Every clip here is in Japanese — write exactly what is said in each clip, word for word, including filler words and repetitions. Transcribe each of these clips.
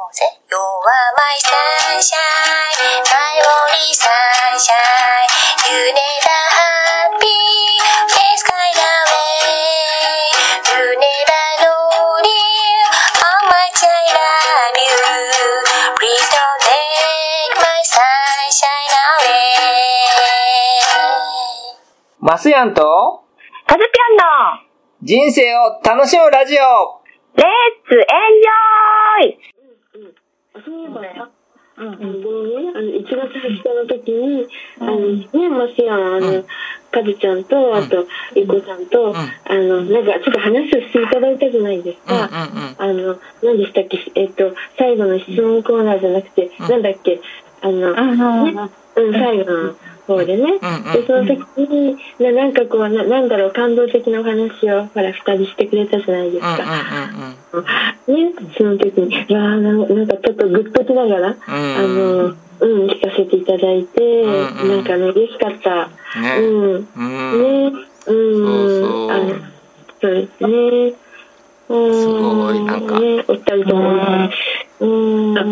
せ。You are my sunshine, my only sunshine. You never happy, face kind away. You never know how much I love you. Please don't take my sunshine away. マスヤンとカズピョンの人生を楽しむラジオ。 レッツエンジョイ。 そういえばさ、あの、あのいちがつはつかの時に、あの、ね、マシアン、あの、カズちゃんと、あと、イコさんと、あの、なんか、ちょっと話をしていただいたじゃないですか。あの、何でしたっけ、えっと、最後の質問コーナーじゃなくて、なんだっけ、あの、ね、うん、最後の方でね。で、その時に、ななんかこうな、なんだろう、感動的なお話を、ほら、二人してくれたじゃないですか。ね、その時に、いやーな、なんかちょっとグッときながら、あの、うん、聞かせていただいて、なんかね、嬉しかった。 ね。 うん。ね。うん。あの、そうですね。うん。 すごい、なんか。 ね、お二人とも。うん。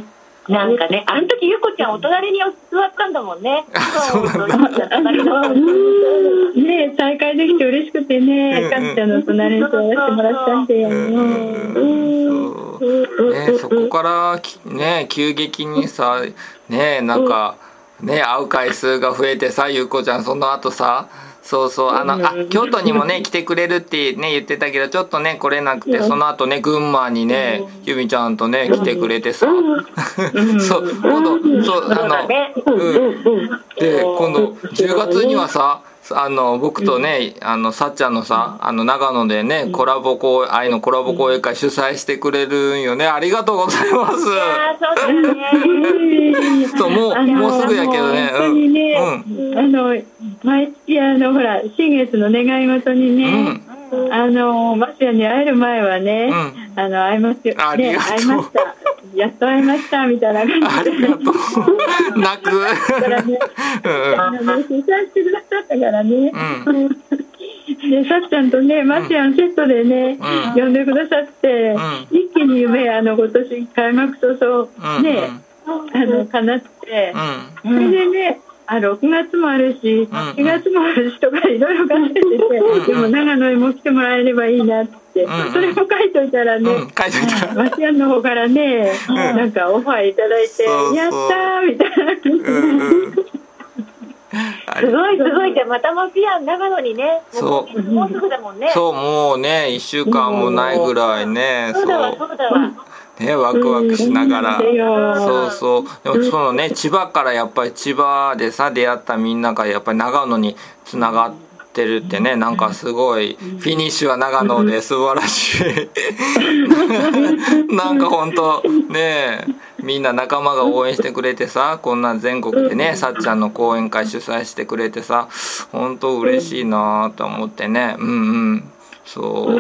なんかね、あの時ゆこちゃんお隣に座ったんだもんね。 そうなんだ。 ね、再会できて嬉しくてね、かっちゃんの隣に座らせてもらったんだよね。そこからね、急激にさ、ね、なんかね、会う回数が増えてさ、ゆうこちゃんその後さ、そうそう、あの、あ、京都にもね来てくれるってね言ってたけど、ちょっとね来れなくて、その後ね群馬にねゆみちゃんとね来てくれてさ、そう今度そうあの、うんで今度じゅうがつにはさ、あの僕とね、あのさっちゃんのさ、あの長野でねコラボ公愛のコラボ講演会主催してくれるんよね。ありがとうございます。そう、もうもうすぐやけどね。 本当にね、あの毎月あのほら新月の願い事にね、あのマシアに会える前はね、あの会いますよ。 ありがとう。 会いました。やっと会いましたみたいな感じで。 ありがとう。泣く。 だからね、あの主催してくださったからね。でさっちゃんとねマシアンセットでね、呼んでくださって、一気に夢あの今年開幕早々ね、あの叶って、それでね。あろくがつもあるし、しがつもあるしとかいろいろ考えてて、でも長野にも来てもらえればいいなって、それも書いといたらね、マシアンの方からね、なんかオファーいただいて、やったーみたいな感じですごいすごいって、またマシアン長野にね、もうもうすぐだもんね。 そう、もうねいっしゅうかんもないぐらいね。 そうだわそうだわ。 ね、ワクワクしながら、そうそう。でもそのね千葉からやっぱり千葉でさ出会ったみんながやっぱり長野につながってるってね、なんかすごいフィニッシュは長野で素晴らしい。なんか本当ねみんな仲間が応援してくれてさ、こんな全国でねさっちゃんの講演会主催してくれてさ、本当嬉しいなと思ってね。うんうんそう。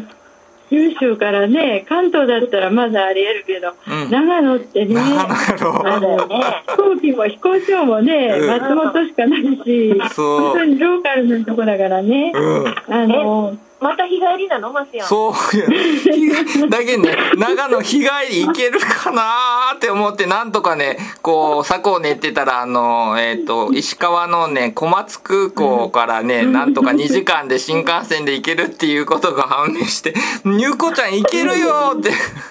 九州からね関東だったらまだありえるけど、うん、長野ってね、まだね飛行機も飛行場もね、うん、松本しかないし、本当にローカルなとこだからね、うん、あのまた日帰りなのマシアン。 そうだけどね長野日帰り行けるかなーって思って、なんとかねこう策を練ってたら、あのえっ、ー、と石川のね小松空港からね、うん、なんとかにじかんで新幹線で行けるっていうことが判明して、ゆうこちゃん行けるよって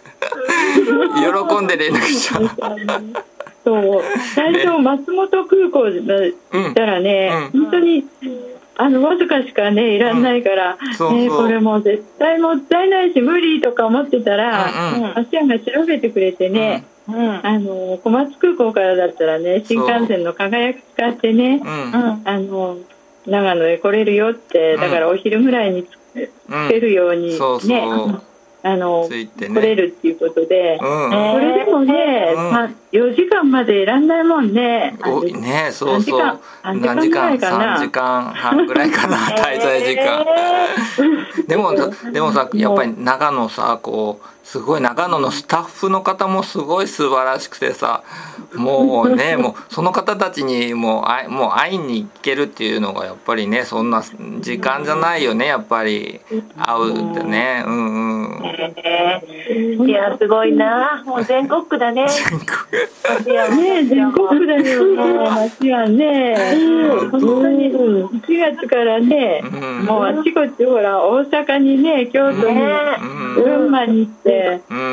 喜んで連絡した。 そう最初松本空港で行ったらね、うんうん、本当にあのわずかしかねいらんないから、うんそうそうね、これもう絶対もったいないし無理とか思ってたら、うんうん、アシアンが調べてくれてね、うん、あの小松空港からだったらね新幹線の輝き使ってね、うん、あの長野へ来れるよって、だからお昼ぐらいに着けるようにね、うん、そうそうあの、ね、来れるっていうことで、うん、それでもね、うんよじかんまでいらんないもんね。 おねそうそう。 何何時間時間さんじかんはんぐらいかな滞在時間。でもでもさやっぱり長野さこうすごい長野のスタッフの方もすごい素晴らしくてさもうねもうその方たちにもうあもう会いに行けるっていうのがやっぱりねそんな時間じゃないよねやっぱり会うってねうんうん。 えー、いやすごいなもう全国区だね。 全国ね全国区だよもう町はね本当にいちがつからね、うん、もうあちこちほら大阪にね京都に、ね、群馬に行って、うん、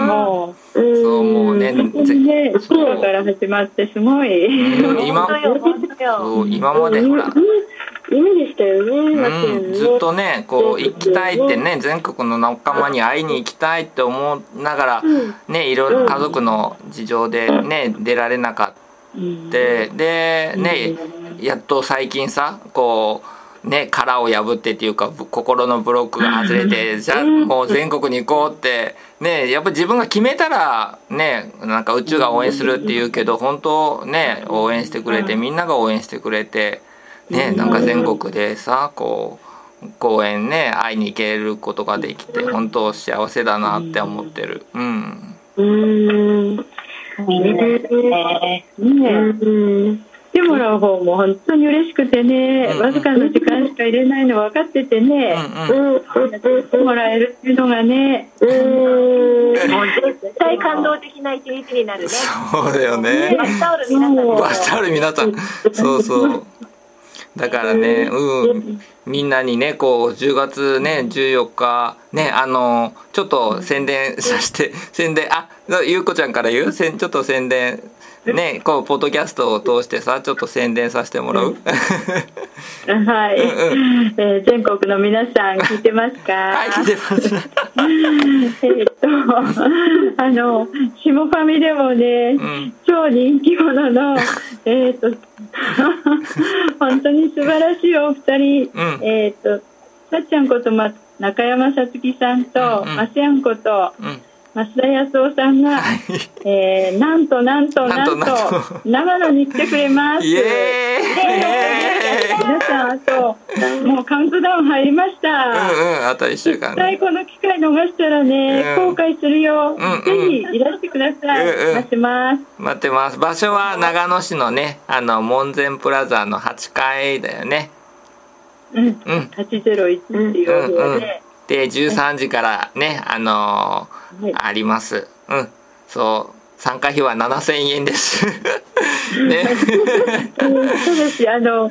もうそうもうね本当にね福岡から始まってすごい、 うん、今そう今までほら夢でしたよね、 うん、ずっとねこう行きたいってね全国の仲間に会いに行きたいって思いながら、ね、いろいろ家族の事情でね出られなかったでねやっと最近さこうね殻を破ってっていうか心のブロックが外れてじゃあもう全国に行こうってねやっぱ自分が決めたらねなんか宇宙が応援するって言うけど本当ね応援してくれてみんなが応援してくれて。ね、なんか全国でさこう公演ね会いに行けることができて本当幸せだなって思ってる。うん。 うーん。ねえ。ねえ。来てもらう方も本当に嬉しくてね、うんうん、わずかの時間しか入れないの分かっててね、うんうん、来てもらえるっていうのがね、 うん、もう絶対感動的な一日になるね。 そうだよね。 バスタオル皆さん。 バスタオル皆さん。そうそう。だからね、うん、みんなにねこうじゅうがつねじゅうよっかねあのちょっと宣伝させて宣伝あゆうこちゃんから言うせんちょっと宣伝ねこうポッドキャストを通してさちょっと宣伝させてもらう。 はい、うんうんえー、全国の皆さん聞いてますか？ はい聞いてます。 えっとあの下ファミでもね、うん、超人気者のえっと本当に素晴らしいお二人、うん、えっとさっちゃんこと、ま、中山さつきさんと、うんうん、ますやんこと、うん増田康夫さんが、はいえー、なんとなんとなんと長野に来てくれます。 イエーイ皆さんあともうカウントダウン入りました。 うんうんあといっしゅうかん、ね、 絶対この機会逃したらね、うん、後悔するよ、うんうん、ぜひいらしてください、うんうん、待ってます待ってます。場所は長野市のねあの門前プラザのはちかいだよね。 うん、うん、はちゼロいちっていう部屋で、 でじゅうさんじからねあのーはい、あります。うんそう参加費はななせんえんですねそうですあの、うん、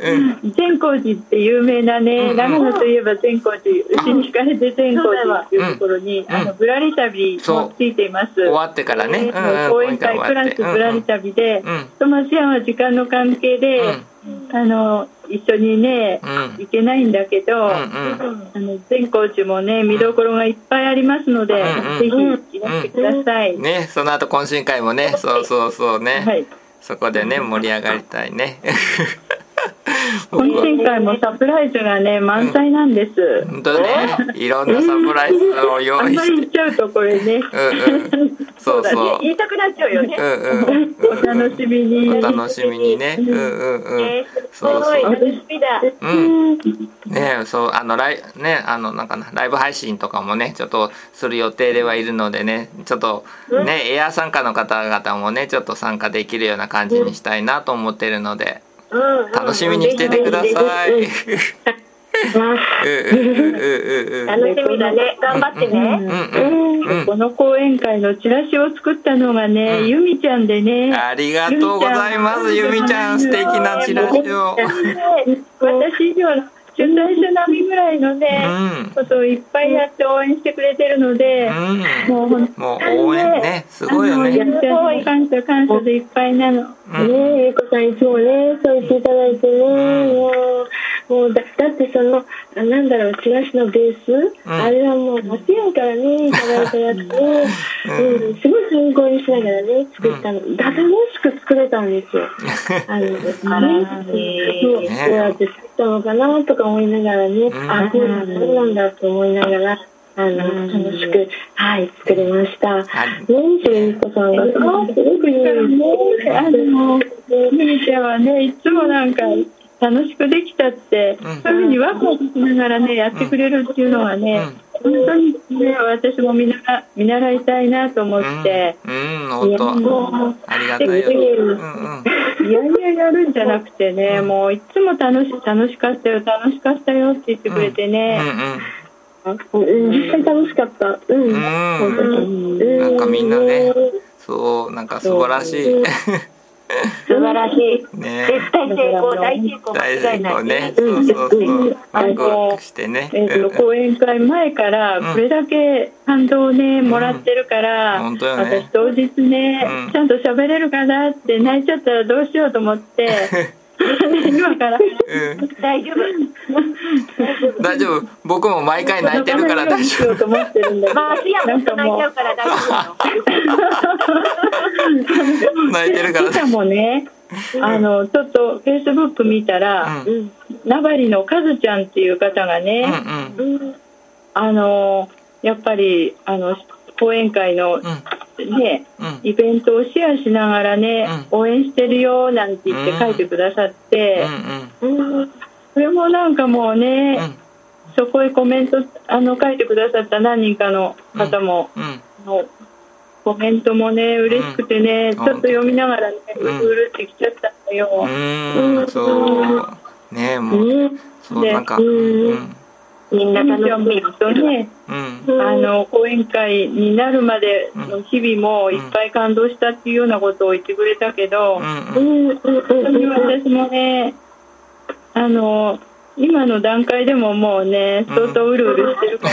善光寺って有名なね、うんうん、長野といえば善光寺うちに惹かれて善光寺っていうところに、うん、あのぶらり旅もついています。 終わってからね、 うんうん、講演会プラスぶらり旅で、うんうん、トマスヤンは時間の関係で、うんあの一緒にね、うん、行けないんだけど、うんうん、あの善光寺もね見どころがいっぱいありますので、うんうん、ぜひいらしてください、 うん、ねその後懇親会もねそうそうそうね、はい、そこでね盛り上がりたいね懇親会もサプライズがね満載なんです、 うん、本当ねいろんなサプライズを用意してあんまり言っちゃうとこれねうん、うん、そうそう、 ね、言いたくなっちゃうよね、うんうんお楽しみにお楽しみにねうんうんうん、 えー、そうそう楽しみだうんねそうあのライねあのなんかなライブ配信とかもねちょっとする予定ではいるのでねちょっとね、うん、エア参加の方々もねちょっと参加できるような感じにしたいなと思ってるので、うん、楽しみにしててください。 楽しみだね頑張ってね。 この講演会のチラシを作ったのがね、うん、ゆみちゃんでねありがとうございますゆみちゃん素敵なチラシを私以上の主催者並みぐらいのね、うん、ことをいっぱいやって応援してくれてるので、うん、もう本当にね、 もう応援ねすごいよね。 感謝感謝でいっぱいなの。 うん、ねえ、ゆうこさんいつもねそう言っていただいてね、うん、もうもう だ, だってそのなんだろうチラシのベース、うん、あれはもうマスヤンからねいただいたやつで、うんうん、すごい参考にしながらね作ったの、うん、だ楽しく作れたんですよ。あのねそうやって作ったのかなとか思いながらね、うん、あこうなんだそうなんだと思いながらあの楽しく、はい、作れました。ねえ、ゆみこさんがすごくいいね。 あのゆみちゃんはね、いつもなんか楽しくできたって、うん、そういうふうにワクワクしながらねやってくれるっていうのはね、うん、本当にね私も見習、見習いたいなと思って、 うん、うん、本当ありがたいよ、うんうん、 いやいややるんじゃなくてね、うん、もういつも楽し楽しかったよ楽しかったよって言ってくれてね、 うんうんうん、実際楽しかった。うん、うん、 なんかみんなね、そうなんか素晴らしい。 素晴らしい。 ね、 絶対成功、大成功間違いないね。そうそうそう。ワクワクしてね。 えっと講演会前からこれだけ感動をねもらってるから、 本当よね。 私当日ねちゃんと喋れるかなって泣いちゃったらどうしようと思って。今から、うん、大丈夫大丈夫僕も毎回泣いてるから大丈夫まあシアも泣いちゃうから大丈夫泣いてるからしかもねあのちょっとフェイスブック見たら、うん、名張のカズちゃんっていう方がね、うんうん、あのやっぱりあの講演会の、うんねうん、イベントをシェアしながらね、うん、応援してるよなんて言って書いてくださって、うんうんうん、それもなんかもうね、うん、そこへコメントあの書いてくださった何人かの方も、うんうん、のコメントもね嬉しくてね、うん、ちょっと読みながらね、うん、うるうるってきちゃったんだよ。 うんうんそうねもう、うん、そうなんか、うんみんな楽しみとね、うん、あの講演会になるまでの日々もいっぱい感動したっていうようなことを言ってくれたけど、うんうん、本当に私もねあの今の段階でももうね相当うるうるしてるから、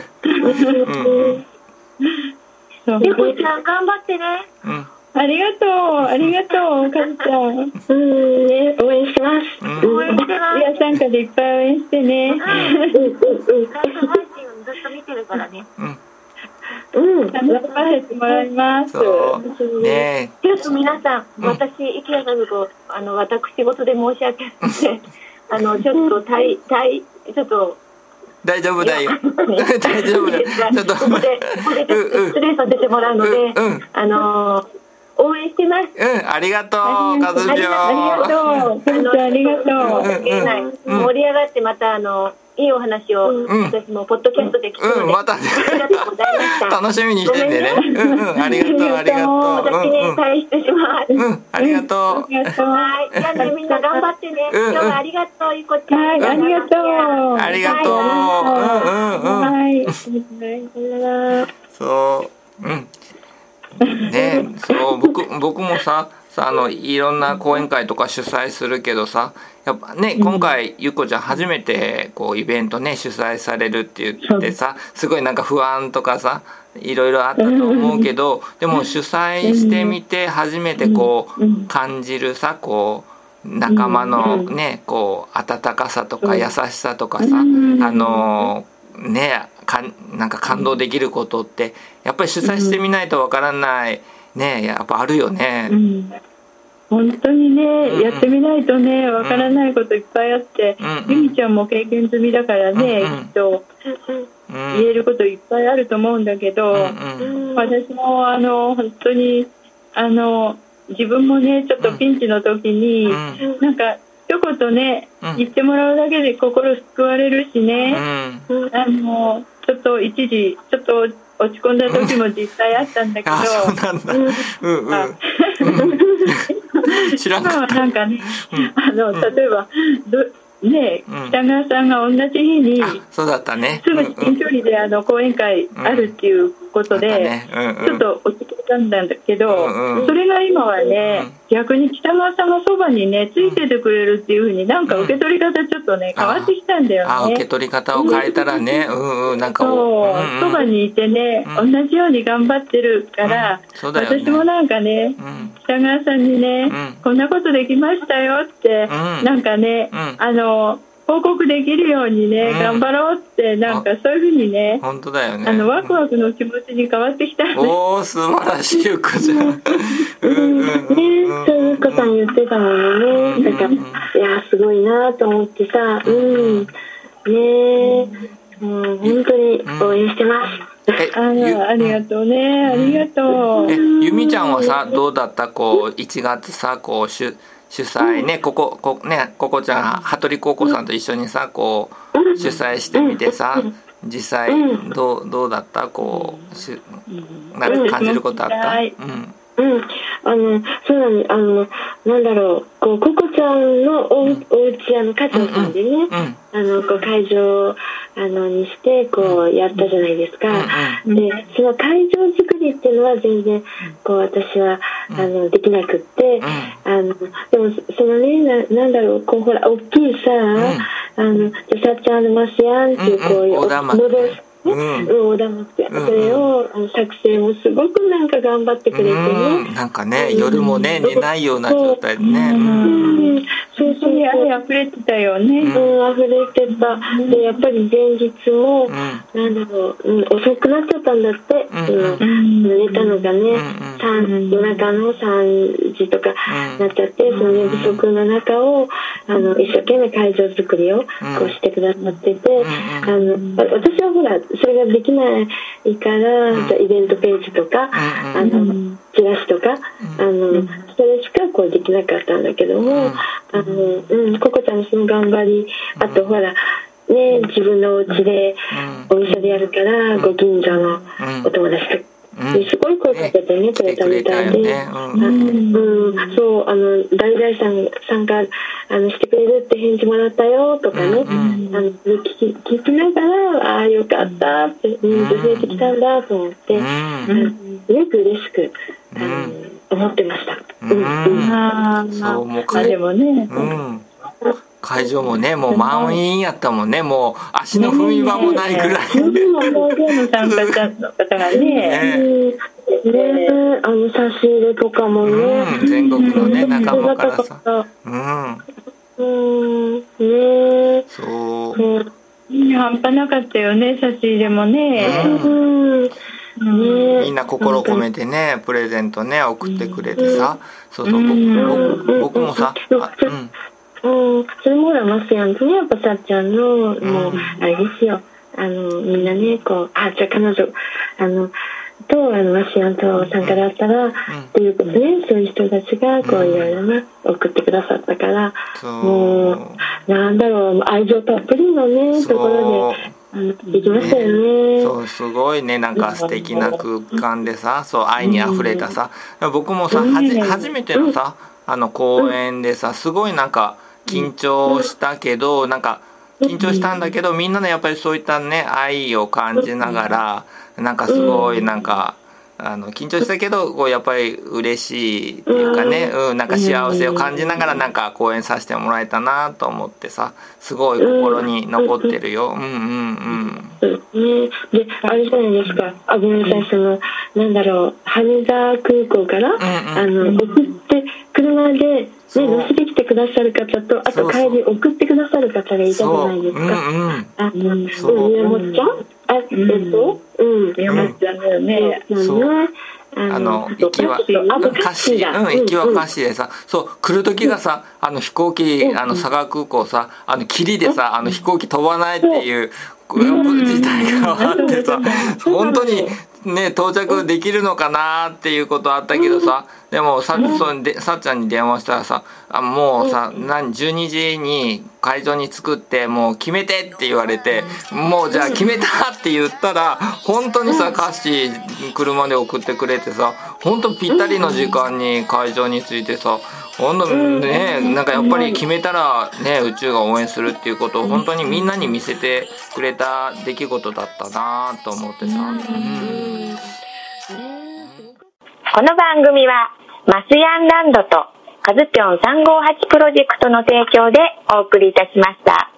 うん、猫ちゃん頑張ってね、 うんありがとう、ありがとう、かずちゃん。うん、 ね、応援します。 うん、応援してます。 いや、参加でいっぱい応援してね。うん、うん、うん、 ライブ配信ずっと見てるからね。 うん、うん、楽しませてもらいます。 そうね。 ちょっと皆さん、私、池谷さんと、あの、私事で申し訳なくて、あの、ちょっと、たい、たい、ちょっと。 大丈夫だよ。大丈夫だよ。ちょっと。 ここで、ここで、失礼させてもらうので、あの。応援してます。 うん、ありがとう、かずぴょう。 ありがとう、かずちゃん、ありがとう。 盛り上がってまたあのいいお話を、うん、私もポッドキャストで聞くので、 うん、またね。楽しみにしててね。うんうん、ありがとう、ありがとう。 私ね、退出します。 うん、ありがとう。 はい、じゃあね、みんな頑張ってね。今日はありがとう、いこちゃん。 はい、ありがとう。 ありがとう。うんうんうん。 はい。 そう、うん。ね、そう僕僕もささあのいろんな講演会とか主催するけどさやっぱね今回ゆっこちゃん初めてこうイベントね主催されるって言ってさすごいなんか不安とかさいろいろあったと思うけどでも主催してみて初めてこう感じるさこう仲間のねこう温かさとか優しさとかさあのねかなんか感動できることってやっぱり主催してみないとわからないねやっぱあるよね、うん、 本当にね、うん、やってみないとねわからないこといっぱいあって、うん、ゆみちゃんも経験済みだからね、うん、きっと言えることいっぱいあると思うんだけど、うん、私もあの本当にあの自分もねちょっとピンチの時に、うん、なんか一言ね、うん、言ってもらうだけで心救われるしね、うん、あのちょっと一時ちょっと落ち込んだ時も実際あったんだけど、うん、あそうなんだ、うんうん知らんかった。 なんかね、あの例えばどね、北川さんが同じ日に、 そうだったね、 すぐ近距離であの講演会あるっていうことで、ちょっと落ち込んだんだけど、それが今はね、逆に北川さんがそばにねついててくれるっていう風になんか受け取り方ちょっとね変わってきたんだよね。 あ、受け取り方を変えたらね、うんうんなんかそうそばにいてね、同じように頑張ってるから、私もなんかね、北川さんにね、こんなことできましたよってなんかね、あの報告できるようにね、うん、頑張ろうってなんかそういうふうにね本当だよねあのワクワクの気持ちに変わってきたんで、 おお素晴らしいゆっこちゃんねそうゆっこさん言ってたもんね、だからいやすごいなと思ってさ、うんねもう本当に応援してます。 えあら、ありがとうね、ありがとう。 えゆみちゃんはさどうだった？こういちがつさこう主主催ね、こここねここちゃん羽鳥高校さんと一緒にさこう主催してみてさ、実際どうどうだった？こうしなんか感じることあった？うんうん、あのそうなんです。あのなんだろう、こうココちゃんのお、うん、お家あの課長さんでね、うんうん、あのこう会場あのにしてこうやったじゃないですか。うんうん、でその会場作りっていうのは全然こう私はあのできなくって、うん、あのでもそのねななんだろうこうほら大きいさ、うん、あのじゃさっちゃんのマシアンっていうこういう、うんうん、戻すうん、横断幕、うん、それをあの作成もすごくなんか頑張ってくれてね、 うん、なんかね、うん、夜もね寝ないような状態でね、うんうん、そうそうにあれ溢れてたよね、 うん、溢れてた。でやっぱり前日も、うん、なんだろう、うん、遅くなっちゃったんだって、うんうん、寝たのがね、うん、夜中のさんじとかなっちゃって、その寝不足の中をあの一生懸命会場作りをこうしてくださってて、あの私はほらそれができないから、うん、じゃイベントページとか、うん、あのチラシとか、うん、あのそれしかこうできなかったんだけども、うん、あのうん、ココちゃんのその頑張り、あとほらね自分のお家で、うん、お店でやるから、うん、ご近所のお友達とかすごい声かけてねくれたみたいで、ねうんうん、そうあの誰々さん参加あのしてくれるって返事もらったよとかね、うんうん、あの聞き、聞きながらああよかったって人数増えてきたんだと思って、うん、すごく嬉しくあの、うん、思ってました。うんうん、 あそうもうかでもね、 うん会場もねもう満員やったもんね、もう足の踏み場もないぐらい、ね、 大勢の参加者の方がね、 ねね、あの差し入れとかもね、 うん、全国のね仲間からさ、うんうんねそう、 ね、半端なかったよね差し入れもね、 うんうんね、みんな心込めてねプレゼントね送ってくれてさ、そうそう、僕、僕もさ、あ、うんうん、それもほらマスヤンとねやっぱさっちゃんの、うん、もうあれですよ、あのみんなねこうあじゃあ彼女あのとあのマスヤンと参加だったら、うん、っていうことね、そういう人たちがこういろいろね送ってくださったから、もうなんだろう愛情たっぷりのねところであのできましたよね。 ねそうすごいねなんか素敵な空間でさ、そう愛にあふれたさ、僕もさはじ初めてのさあの公演でさすごいなんか緊張したけどなんか緊張したんだけどみんなのやっぱりそういったね愛を感じながらなんかすごいなんかあの緊張したけどこうやっぱり嬉しいっていうかね、うん、なんか幸せを感じながらなんか公演させてもらえたなと思ってさすごい心に残ってるよ。うんうんうん。 ね、であれじゃないですか。あごめんなさいそのなんだろう羽田空港から、うんうん、あの送って車でね、乗せてきてくださる方とあと帰り送ってくださる方がいたじゃないですか。うんうん、あのそう宮本ちゃんあえっとうん宮本ちゃんだよね。 そうあの行きは歌詞うん行きは歌詞でさそう来る時がさあの飛行機あの佐賀空港さあの霧でさあの飛行機飛ばないっていう事態があってさ本当にね到着できるのかなっていうことあったけどさでもさっでさっちゃんに電話したらさあもうさ何じゅうにじに会場に着くってもう決めてって言われてもうじゃあ決めたって言ったら本当にさ歌詞車で送ってくれてさ本当ぴったりの時間に会場に着いてさ本当ねなんかやっぱり決めたらね宇宙が応援するっていうことを本当にみんなに見せてくれた出来事だったなと思ってさ、うん、 この番組はマスヤンランドとカズピョンさんごーはちプロジェクトの提供でお送りいたしました。